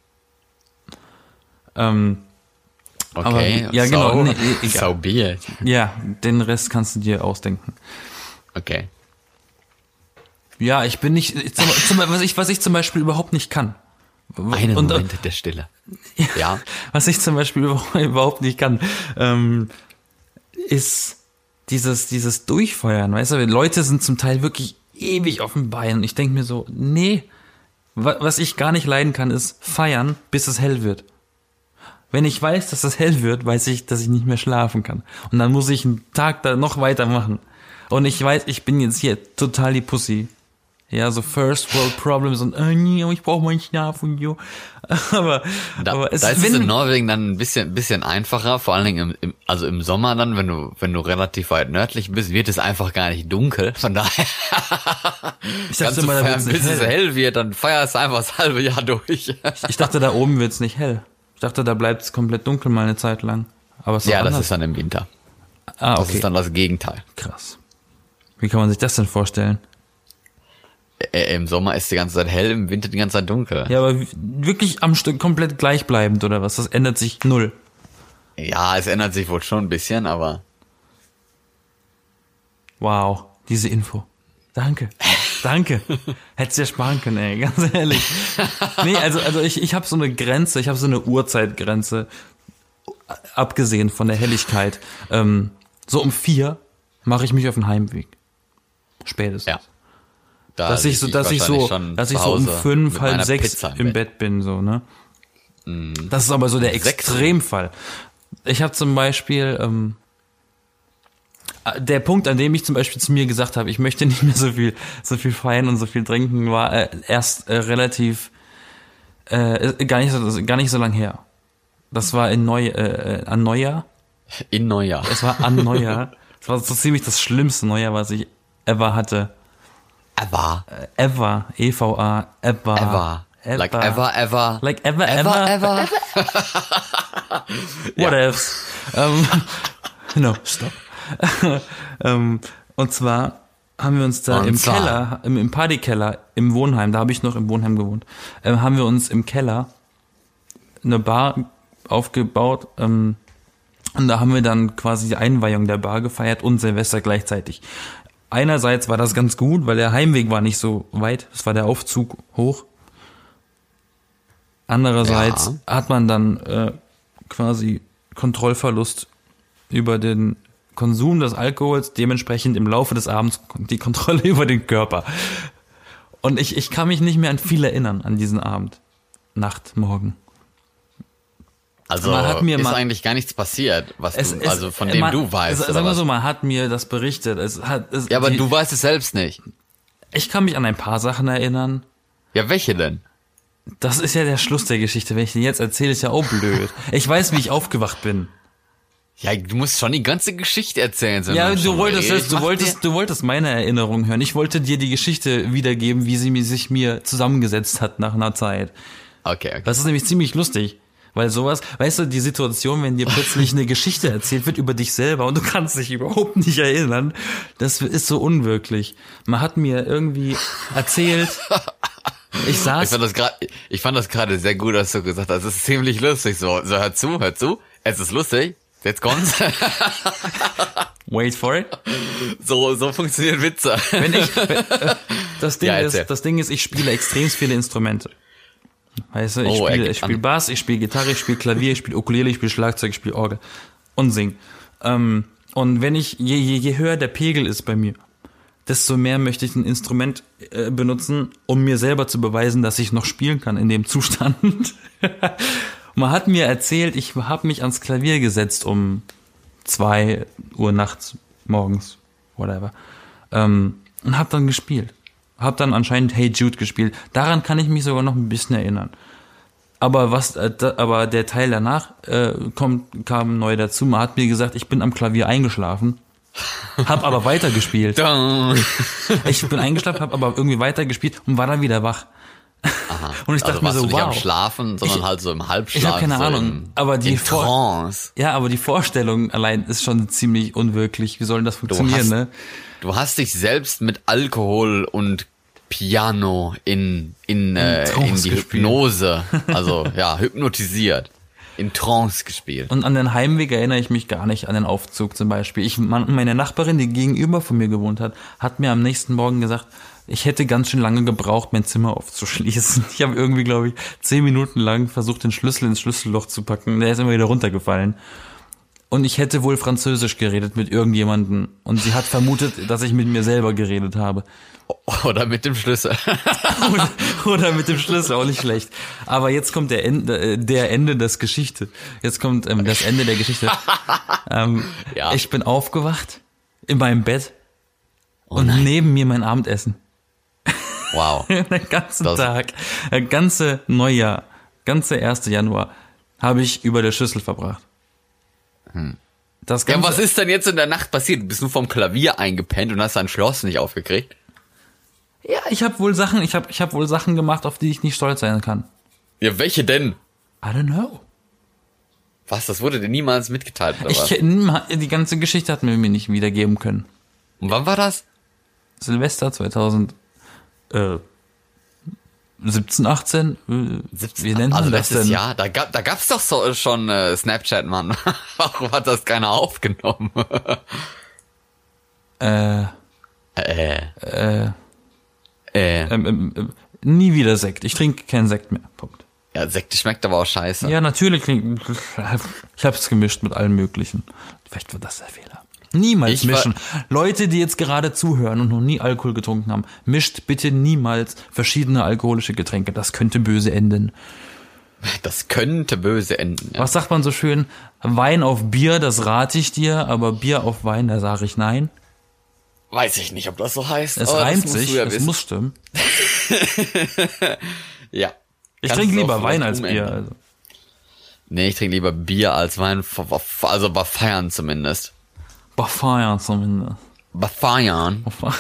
Ähm, okay, aber, ja so, genau, nee, egal. So be it. Ja, den Rest kannst du dir ausdenken. Okay. Ja, ich bin nicht, zum, zum, was ich, was ich zum Beispiel überhaupt nicht kann. Einen Und, Moment der Stille. Ja. Was ich zum Beispiel überhaupt nicht kann, ähm, ist dieses, dieses Durchfeuern, weißt du, Leute sind zum Teil wirklich ewig auf dem Bein und ich denke mir so, nee, was ich gar nicht leiden kann, ist feiern, bis es hell wird. Wenn ich weiß, dass es hell wird, weiß ich, dass ich nicht mehr schlafen kann. Und dann muss ich einen Tag da noch weitermachen. Und ich weiß, ich bin jetzt hier total die Pussy. Ja, so First World Problems und äh, nee, ich brauche meinen Schlaf und jo. Aber, da, aber es da ist wenn, es in Norwegen dann ein bisschen, bisschen einfacher, vor allen Dingen im, im, also im Sommer dann, wenn du, wenn du relativ weit nördlich bist, wird es einfach gar nicht dunkel. Von daher, ich dachte immer, da feiern, bis hell. es hell wird, dann feierst du einfach das halbe Jahr durch. ich, ich dachte, da oben wird's nicht hell. Ich dachte, da bleibt es komplett dunkel mal eine Zeit lang. Aber es ist ja, anders. Das ist dann im Winter. Ah, okay. Das ist dann das Gegenteil. Krass. Wie kann man sich das denn vorstellen? Äh, Im Sommer ist die ganze Zeit hell, im Winter die ganze Zeit dunkel. Ja, aber wirklich am Stück komplett gleichbleibend oder was? Das ändert sich null. Ja, es ändert sich wohl schon ein bisschen, aber... Wow, diese Info. Danke. Danke. Hättest dir sparen können, ey, ganz ehrlich. Nee, also, also ich, ich habe so eine Grenze, ich habe so eine Uhrzeitgrenze, abgesehen von der Helligkeit. Ähm, so um vier mache ich mich auf den Heimweg. Spätestens. Ja. Da dass ich so, dass ich so, dass ich so um fünf, halb sechs im, im Bett. Bett bin, so, ne? Mm. Das ist aber so der Extremfall. Ich habe zum Beispiel, ähm, der Punkt, an dem ich zum Beispiel zu mir gesagt habe, ich möchte nicht mehr so viel, so viel feiern und so viel trinken, war äh, erst äh, relativ, äh, gar nicht so, gar nicht so lang her. Das war in Neu, äh, an Neujahr. In Neujahr. Es war an Neujahr. Das war so ziemlich das schlimmste Neujahr, was ich ever hatte. Ever. Ever. E V A. Ever. Ever. ever. Like ever, ever. Like ever, ever. Ever, ever. What else? Um, no, stop. um, und zwar haben wir uns da und im zwar. Keller, im, im Partykeller, im Wohnheim, da habe ich noch im Wohnheim gewohnt, ähm, haben wir uns im Keller eine Bar aufgebaut, ähm, und da haben wir dann quasi die Einweihung der Bar gefeiert und Silvester gleichzeitig. Einerseits war das ganz gut, weil der Heimweg war nicht so weit. Es war der Aufzug hoch. Andererseits ja. hat man dann äh, quasi Kontrollverlust über den Konsum des Alkohols, dementsprechend im Laufe des Abends die Kontrolle über den Körper. Und ich, ich kann mich nicht mehr an viel erinnern an diesen Abend. Nacht, Morgen. Also man hat mir ist mal, eigentlich gar nichts passiert, was es, du, es, also von dem man, du weißt. Also, sagen wir so, man hat mir das berichtet. Es hat, es, ja, aber die, du weißt es selbst nicht. Ich kann mich an ein paar Sachen erinnern. Ja, welche denn? Das ist ja der Schluss der Geschichte. Wenn ich den jetzt erzähle, ist ja auch blöd. Ich weiß, wie ich aufgewacht bin. Ja, du musst schon die ganze Geschichte erzählen. Ja, du wolltest, es, du wolltest, du wolltest meine Erinnerung hören. Ich wollte dir die Geschichte wiedergeben, wie sie sich mir zusammengesetzt hat nach einer Zeit. Okay, okay. Das ist nämlich ziemlich lustig. Weil sowas, weißt du, die Situation, wenn dir plötzlich eine Geschichte erzählt wird über dich selber und du kannst dich überhaupt nicht erinnern, das ist so unwirklich. Man hat mir irgendwie erzählt, ich saß... Ich fand das gerade, ich fand das gerade sehr gut, dass du gesagt hast, es ist ziemlich lustig, so, so, hör zu, hör zu, es ist lustig, jetzt kommt's. Wait for it. So, so funktionieren Witze. Wenn ich, wenn, äh, das Ding ja, ist, das Ding ist, ich spiele extrem viele Instrumente. Weißt du, ich oh, spiele ich spiel Bass, ich spiele Gitarre, ich spiele Klavier, ich spiele Ukulele, ich spiele Schlagzeug, ich spiele Orgel und sing. Ähm, und wenn ich, je, je, je höher der Pegel ist bei mir, desto mehr möchte ich ein Instrument äh, benutzen, um mir selber zu beweisen, dass ich noch spielen kann in dem Zustand. Man hat mir erzählt, ich habe mich ans Klavier gesetzt um zwei Uhr nachts, morgens, whatever, ähm, und habe dann gespielt. Hab dann anscheinend Hey Jude gespielt. Daran kann ich mich sogar noch ein bisschen erinnern. Aber was, äh, da, aber der Teil danach äh, kommt, kam neu dazu. Man hat mir gesagt, ich bin am Klavier eingeschlafen, hab aber weitergespielt. Ich bin eingeschlafen, hab aber irgendwie weitergespielt und war dann wieder wach. Aha. Und ich also dachte mir warst so, du nicht wow. am Schlafen, sondern Ich- halt so im Halbschlaf. Ich habe keine so Ahnung, im, aber die in Vor- Trance. Ja, aber die Vorstellung allein ist schon ziemlich unwirklich. Wie soll denn das Du funktionieren, hast, ne? du hast dich selbst mit Alkohol und Piano in in, äh, in Trance die gespielt. Hypnose, also ja, hypnotisiert, in Trance gespielt. Und an den Heimweg erinnere ich mich gar nicht, an den Aufzug zum Beispiel. Ich, man, meine Nachbarin, die gegenüber von mir gewohnt hat, hat mir am nächsten Morgen gesagt, ich hätte ganz schön lange gebraucht, mein Zimmer aufzuschließen. Ich habe irgendwie, glaube ich, zehn Minuten lang versucht, den Schlüssel ins Schlüsselloch zu packen. Der ist immer wieder runtergefallen. Und ich hätte wohl Französisch geredet mit irgendjemandem. Und sie hat vermutet, dass ich mit mir selber geredet habe. Oder mit dem Schlüssel. Oder, oder mit dem Schlüssel, auch nicht schlecht. Aber jetzt kommt der Ende, äh, der Ende des Geschichte. Jetzt kommt ähm, das Ende der Geschichte. ähm, Ja. Ich bin aufgewacht in meinem Bett Oh und nein. neben mir mein Abendessen. Wow. Den ganzen Das- Tag, der ganze Neujahr, ganze erste Januar habe ich über der Schüssel verbracht. Das Ja, ganze, was ist denn jetzt in der Nacht passiert? Du bist nur vom Klavier eingepennt und hast dein Schloss nicht aufgekriegt? ja, ich habe wohl Sachen, ich habe ich hab wohl Sachen gemacht, auf die ich nicht stolz sein kann. Ja, welche denn? I don't know. Was, das wurde dir niemals mitgeteilt, oder was? Ich, die ganze Geschichte hat mir mir nicht wiedergeben können. Und wann war das? Silvester zweitausend siebzehn, achtzehn, äh, wie nennt man also das letztes denn? Jahr, da gab da gab's doch so, schon äh, Snapchat, Mann. Warum hat das keiner aufgenommen? Äh, äh, äh, äh. ähm, ähm, ähm, nie wieder Sekt. Ich trinke keinen Sekt mehr. Punkt. Ja, Sekt schmeckt aber auch scheiße. Ja, natürlich. trink- Ich habe es gemischt mit allem Möglichen. Vielleicht war das der Fehler. Niemals Ich war- mischen. Leute, die jetzt gerade zuhören und noch nie Alkohol getrunken haben, mischt bitte niemals verschiedene alkoholische Getränke. Das könnte böse enden. Das könnte böse enden. Ja. Was sagt man so schön? Wein auf Bier, das rate ich dir, aber Bier auf Wein, da sage ich nein. Weiß ich nicht, ob das so heißt. Es aber reimt das musst sich, du ja es wissen. muss stimmen. Ja. Ich Kannst trinke du lieber auch Wein vielleicht als Bier. umändern. Also. Nee, ich trinke lieber Bier als Wein, also bei Feiern zumindest. Bei Feiern zumindest. Bei Feiern.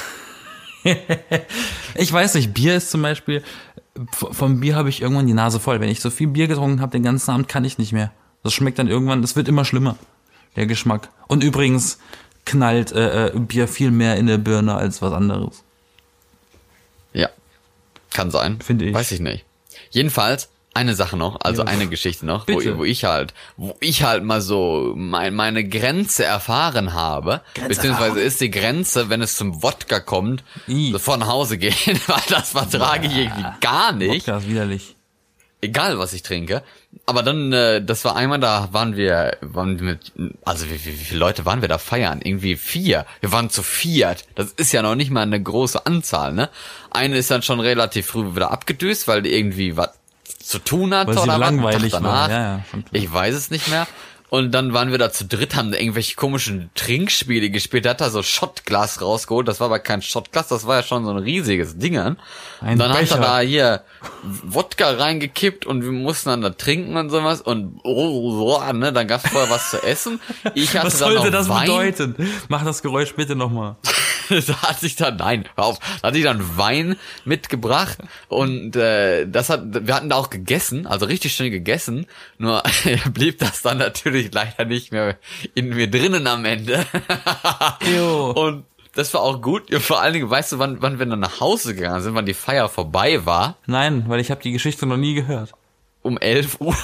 Ich weiß nicht, Bier ist zum Beispiel, v- vom Bier habe ich irgendwann die Nase voll. Wenn ich so viel Bier getrunken habe, den ganzen Abend kann ich nicht mehr. Das schmeckt dann irgendwann, das wird immer schlimmer, der Geschmack. Und übrigens knallt äh, äh, Bier viel mehr in der Birne als was anderes. Ja. Kann sein. Finde ich. Weiß ich nicht. Jedenfalls, eine Sache noch, also Ja. eine Geschichte noch, wo, Bitte. wo ich halt, wo ich halt mal so mein, meine Grenze erfahren habe, beziehungsweise ist die Grenze, wenn es zum Wodka kommt, I. so von Hause gehen, weil das vertrage ich irgendwie gar nicht. Wodka ist widerlich. Egal was ich trinke. Aber dann, äh, das war einmal, da waren wir, waren wir mit, also wie, wie, wie viele Leute waren wir da feiern? Irgendwie vier. Wir waren zu viert. Das ist ja noch nicht mal eine große Anzahl, ne? Eine ist dann schon relativ früh wieder abgedüst, weil die irgendwie was zu tun hatte Weil sie oder was. langweilig Tag war. danach. Ja, ja, schon klar. Ich weiß es nicht mehr. Und dann waren wir da zu dritt, haben da irgendwelche komischen Trinkspiele gespielt. Da hat er so Shotglas rausgeholt. Das war aber kein Shotglas, das war ja schon so ein riesiges Ding. Ein und dann Becher. hat er da hier Wodka reingekippt und wir mussten dann da trinken und sowas. Und oh, oh, ne, dann gab's vorher was zu essen. Ich hatte Was dann sollte noch das Wein. bedeuten? Mach das Geräusch bitte nochmal. Da hatte ich dann, nein, hör auf, da hatte ich dann Wein mitgebracht und äh, das hat, wir hatten da auch gegessen, also richtig schön gegessen, nur blieb das dann natürlich leider nicht mehr in mir drinnen am Ende. Ew. Und das war auch gut, ja, vor allen Dingen, weißt du, wann, wann wir dann nach Hause gegangen sind, wann die Feier vorbei war? Nein, weil ich habe die Geschichte noch nie gehört. Um elf Uhr.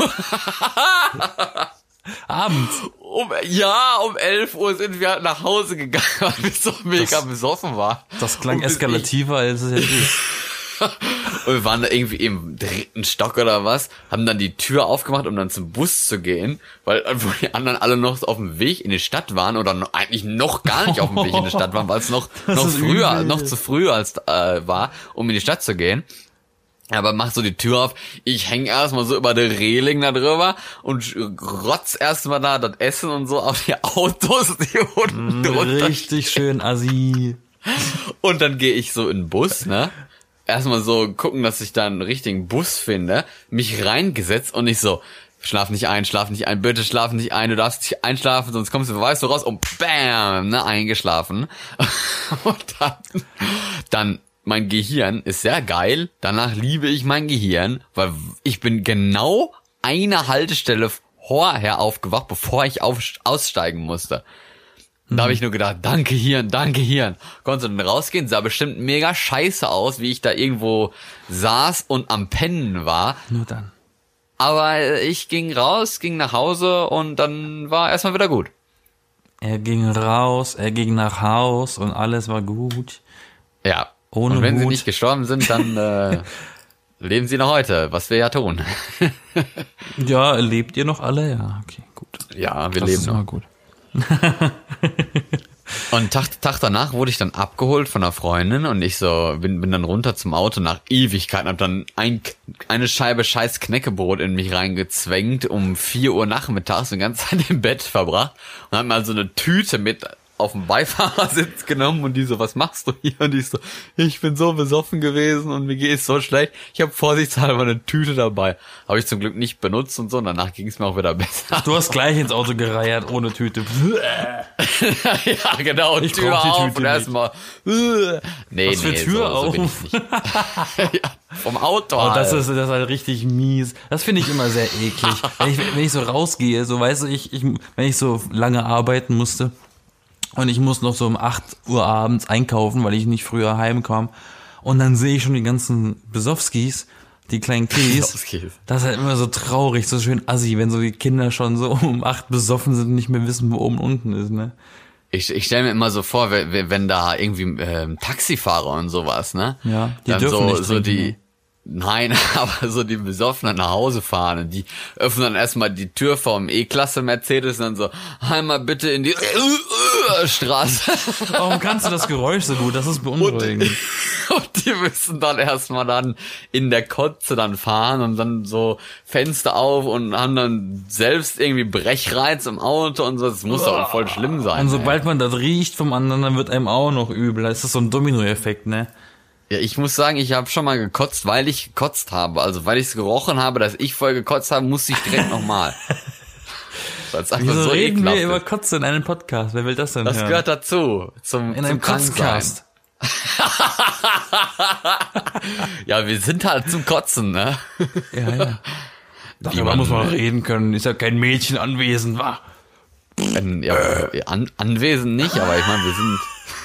Abends. Um, ja, um elf Uhr sind wir nach Hause gegangen, weil wir so mega Das- besoffen waren. Das klang Und bis eskalativer, als es jetzt ist. Und wir waren da irgendwie im dritten Stock oder was, haben dann die Tür aufgemacht, um dann zum Bus zu gehen, weil wo die anderen alle noch auf dem Weg in die Stadt waren oder noch, eigentlich noch gar nicht auf dem Weg in die Stadt waren, weil es noch, noch früher, übel. noch zu früh als äh, war, um in die Stadt zu gehen. Aber mach so die Tür auf, ich häng erstmal so über der Reling da drüber und rotz erstmal da das Essen und so auf die Autos, die unten mm, drunter richtig schön assi. Und dann gehe ich so in den Bus, ne? Erstmal so gucken, dass ich da einen richtigen Bus finde, mich reingesetzt und ich so, schlaf nicht ein, schlaf nicht ein, bitte schlaf nicht ein, du darfst nicht einschlafen, sonst kommst du, weißt du, raus und bam, ne, eingeschlafen. Und dann, dann mein Gehirn ist sehr geil. Danach liebe ich mein Gehirn, weil ich bin genau eine Haltestelle vorher aufgewacht, bevor ich auf, aussteigen musste. Da mhm. habe ich nur gedacht, danke Hirn, danke Hirn. Konnte dann rausgehen, sah bestimmt mega scheiße aus, wie ich da irgendwo saß und am Pennen war. Nur dann. Aber ich ging raus, ging nach Hause und dann war erstmal wieder gut. Er ging raus, er ging nach Haus und alles war gut. Ja. Ohne und wenn Hut. sie nicht gestorben sind, dann äh, leben sie noch heute, was wir ja tun. Ja, lebt ihr noch alle? Ja, okay, gut. Ja, wir das leben ist noch. Mal gut. Und Tag, Tag danach wurde ich dann abgeholt von einer Freundin und ich so bin, bin dann runter zum Auto nach Ewigkeiten, hab dann ein, eine Scheibe scheiß Knäckebrot in mich reingezwängt, um vier Uhr nachmittags die ganze Zeit im Bett verbracht und hab mal so eine Tüte mit auf dem Beifahrersitz genommen und die so, was machst du hier? Und ich so, ich bin so besoffen gewesen und mir geht's so schlecht. Ich habe vorsichtshalber eine Tüte dabei. Habe ich zum Glück nicht benutzt und so. Und danach ging es mir auch wieder besser. Du hast gleich ins Auto gereiert, ohne Tüte. Ja, genau. Ich Tür brauch die auf Tüte und erstmal. Nee, was für nee, Tür so, auf? so bin ich nicht. Ja, vom Auto. Oh, das halt. ist, das ist halt richtig mies. Das finde ich immer sehr eklig. Wenn ich, wenn ich so rausgehe, so weißt du, ich, ich, wenn ich so lange arbeiten musste, und ich muss noch so um acht Uhr abends einkaufen, weil ich nicht früher heimkam. Und dann sehe ich schon die ganzen Besowskis, die kleinen Kiddies. Das ist halt immer so traurig, so schön assi, wenn so die Kinder schon so um acht besoffen sind und nicht mehr wissen, wo oben und unten ist, ne? Ich, ich stelle mir immer so vor, wenn, wenn da irgendwie ähm, Taxifahrer und sowas, ne? Ja, die dann dürfen so, nicht so trinken, die. ne? Nein, aber so die Besoffenen nach Hause fahren und die öffnen dann erstmal die Tür vom E-Klasse Mercedes und dann so, einmal bitte in die Straße. Warum kannst du das Geräusch so gut? Das ist beunruhigend. Und, und die müssen dann erstmal dann in der Kotze dann fahren und dann so Fenster auf und haben dann selbst irgendwie Brechreiz im Auto und so. Das muss doch voll schlimm sein. Und sobald ey. man das riecht vom anderen, dann wird einem auch noch übel. Das ist so ein Dominoeffekt, ne? Ja, ich muss sagen, ich habe schon mal gekotzt, weil ich gekotzt habe. Also weil ich es gerochen habe, dass ich voll gekotzt habe, musste ich direkt nochmal. Wieso so reden wir über Kotze in einem Podcast? Wer will das denn Das hören? gehört dazu. Zum, in einem Kotzcast. Ja, wir sind halt zum Kotzen, ne? Ja, ja. Darüber muss man reden können. Ist ja kein Mädchen anwesend, wa? Ja, an, anwesend nicht, aber ich meine, wir sind...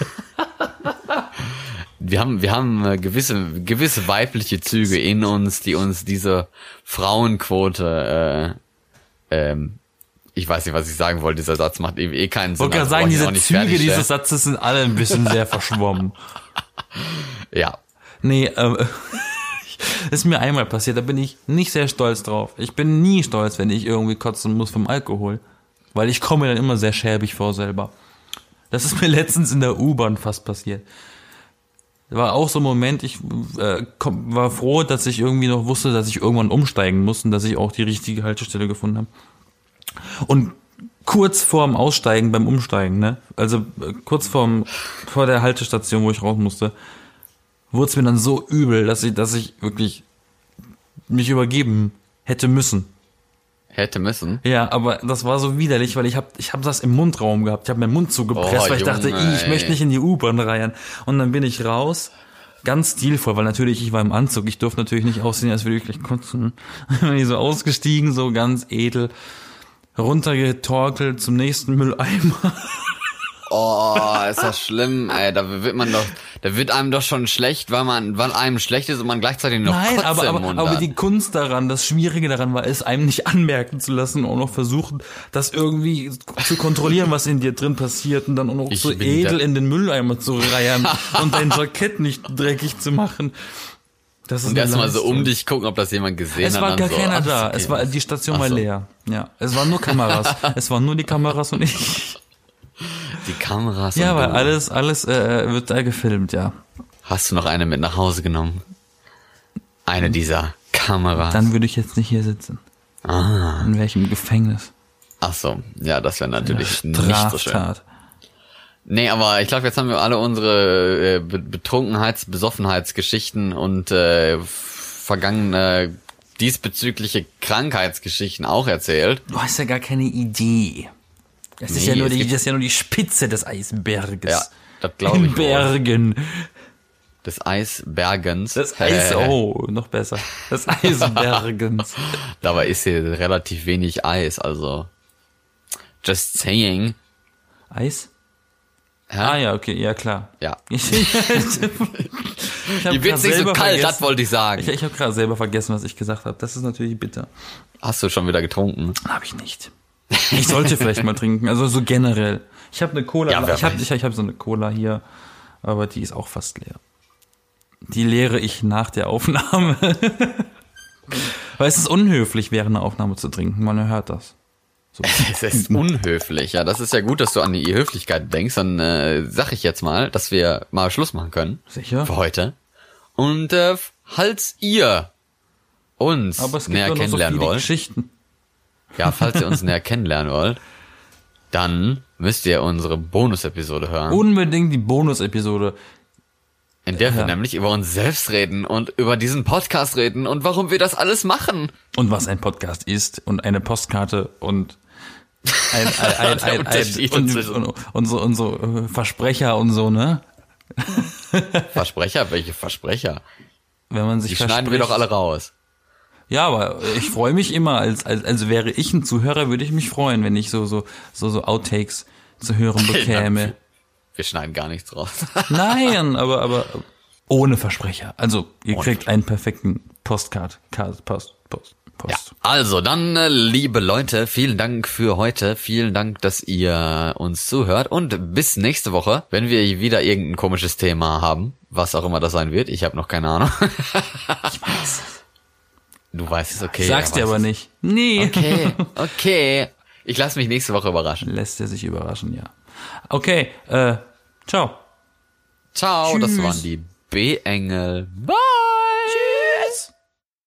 Wir haben, wir haben gewisse, gewisse weibliche Züge in uns, die uns diese Frauenquote, äh, ähm, ich weiß nicht, was ich sagen wollte, dieser Satz macht eh, eh keinen Sinn. Ich wollte gerade sagen, diese Züge dieses Satzes sind alle ein bisschen sehr verschwommen. Ja. Nee, äh, ist mir einmal passiert, da bin ich nicht sehr stolz drauf. Ich bin nie stolz, wenn ich irgendwie kotzen muss vom Alkohol, weil ich komme mir dann immer sehr schäbig vor selber. Das ist mir letztens in der U-Bahn fast passiert. War auch so ein Moment, ich äh, komm, war froh, dass ich irgendwie noch wusste, dass ich irgendwann umsteigen muss und dass ich auch die richtige Haltestelle gefunden habe. Und kurz vorm Aussteigen, beim Umsteigen, ne, also äh, kurz vorm, vor der Haltestation, wo ich raus musste, wurde es mir dann so übel, dass ich, dass ich wirklich mich übergeben hätte müssen. Hätte müssen? Ja, aber das war so widerlich, weil ich hab, ich hab das im Mundraum gehabt. Ich habe meinen Mund zugepresst, oh, weil ich Junge, dachte, ich möchte nicht in die U-Bahn reihen. Und dann bin ich raus, ganz stilvoll, weil natürlich, ich war im Anzug. Ich durfte natürlich nicht aussehen, als würde ich gleich kotzen. Dann bin ich so ausgestiegen, so ganz edel, runtergetorkelt zum nächsten Mülleimer. Oh, ist das schlimm, ey. Da wird man doch, da wird einem doch schon schlecht, weil man, weil einem schlecht ist und man gleichzeitig noch Nein, Kotze aber, im aber, Mund aber hat. die Kunst daran, das Schwierige daran war, es einem nicht anmerken zu lassen und auch noch versuchen, das irgendwie zu kontrollieren, was in dir drin passiert und dann auch noch Ich so bin edel da- in den Mülleimer zu reiern und dein Jackett nicht dreckig zu machen. Das ist Und eine erstmal so um Leistung. dich gucken, ob das jemand gesehen Es hat. war und gar dann keiner so, da. ach, okay. Es war, die Station Ach war so. leer. Ja, es waren nur Kameras. Es waren nur die Kameras und ich. Die Kameras Ja, und weil du. alles, alles äh, wird da gefilmt, ja. Hast du noch eine mit nach Hause genommen? Eine dieser Kameras. Dann würde ich jetzt nicht hier sitzen. ah. In welchem Gefängnis? Ach so, ja, das wäre natürlich nicht so schön. Straftat. Nee, aber ich glaube, jetzt haben wir alle unsere äh, Be- Betrunkenheits-, Besoffenheitsgeschichten und äh, vergangene diesbezügliche Krankheitsgeschichten auch erzählt. Du hast ja gar keine Idee. Das ist Nee, ja nur es die, gibt- das ist ja nur die Spitze des Eisberges. Ja, das glaube In ich wohl. Bergen. Des Eisbergens. Das Eis, Äh, oh, noch besser. Das Eisbergens. Dabei ist hier relativ wenig Eis, also just saying. Eis? Hä? Ah ja, okay, ja klar. Ja. Ich, ich hab Die grad wird's nicht so selber kalt, das vergessen- wollte ich sagen. Ich, ich habe gerade selber vergessen, was ich gesagt habe. Das ist natürlich bitter. Hast du schon wieder getrunken? Habe ich nicht. Ich sollte vielleicht mal trinken, also so generell. Ich habe eine Cola, Ja, wer ich habe weiß. ich, ich hab so eine Cola hier, aber die ist auch fast leer. Die leere ich nach der Aufnahme. Weil es ist unhöflich, während einer Aufnahme zu trinken. Man hört das. So. Es ist unhöflich, ja. Das ist ja gut, dass du an die Höflichkeit denkst. Dann äh, sag ich jetzt mal, dass wir mal Schluss machen können. Sicher? Für heute. Und äh, falls ihr uns Aber es gibt näher doch noch so kennenlernen viele wollt, Geschichten. ja, falls ihr uns näher kennenlernen wollt, dann müsst ihr unsere Bonus-Episode hören, Unbedingt die Bonus-Episode. in der wir ja. nämlich über uns selbst reden und über diesen Podcast reden und warum wir das alles machen. Und was ein Podcast ist und eine Postkarte und ein, ein, ein, Der ein, ein, Unterschied und, dazwischen. und, und so, und so äh, Versprecher und so, ne? Versprecher? Welche Versprecher? Wenn man sich Die schneiden wir doch alle raus. Ja, aber ich freue mich immer, als, als, als wäre ich ein Zuhörer, würde ich mich freuen, wenn ich so, so, so, so Outtakes zu hören bekäme. Wir schneiden gar nichts raus. Nein, aber, aber ohne Versprecher. Also, ihr Ohne kriegt einen perfekten Postcard, Post, Post, Post, Ja, Post. also dann, äh, liebe Leute, vielen Dank für heute. Vielen Dank, dass ihr uns zuhört. Und bis nächste Woche, wenn wir wieder irgendein komisches Thema haben, was auch immer das sein wird. Ich habe noch keine Ahnung. Ich weiß. Du weißt es, okay. Sag's er dir weiß aber es. nicht. Nee. Okay, okay. Ich lasse mich nächste Woche überraschen. Lässt er sich überraschen, ja. Okay, äh, ciao. Ciao, das Tschüss. waren die B-Engel. Bye.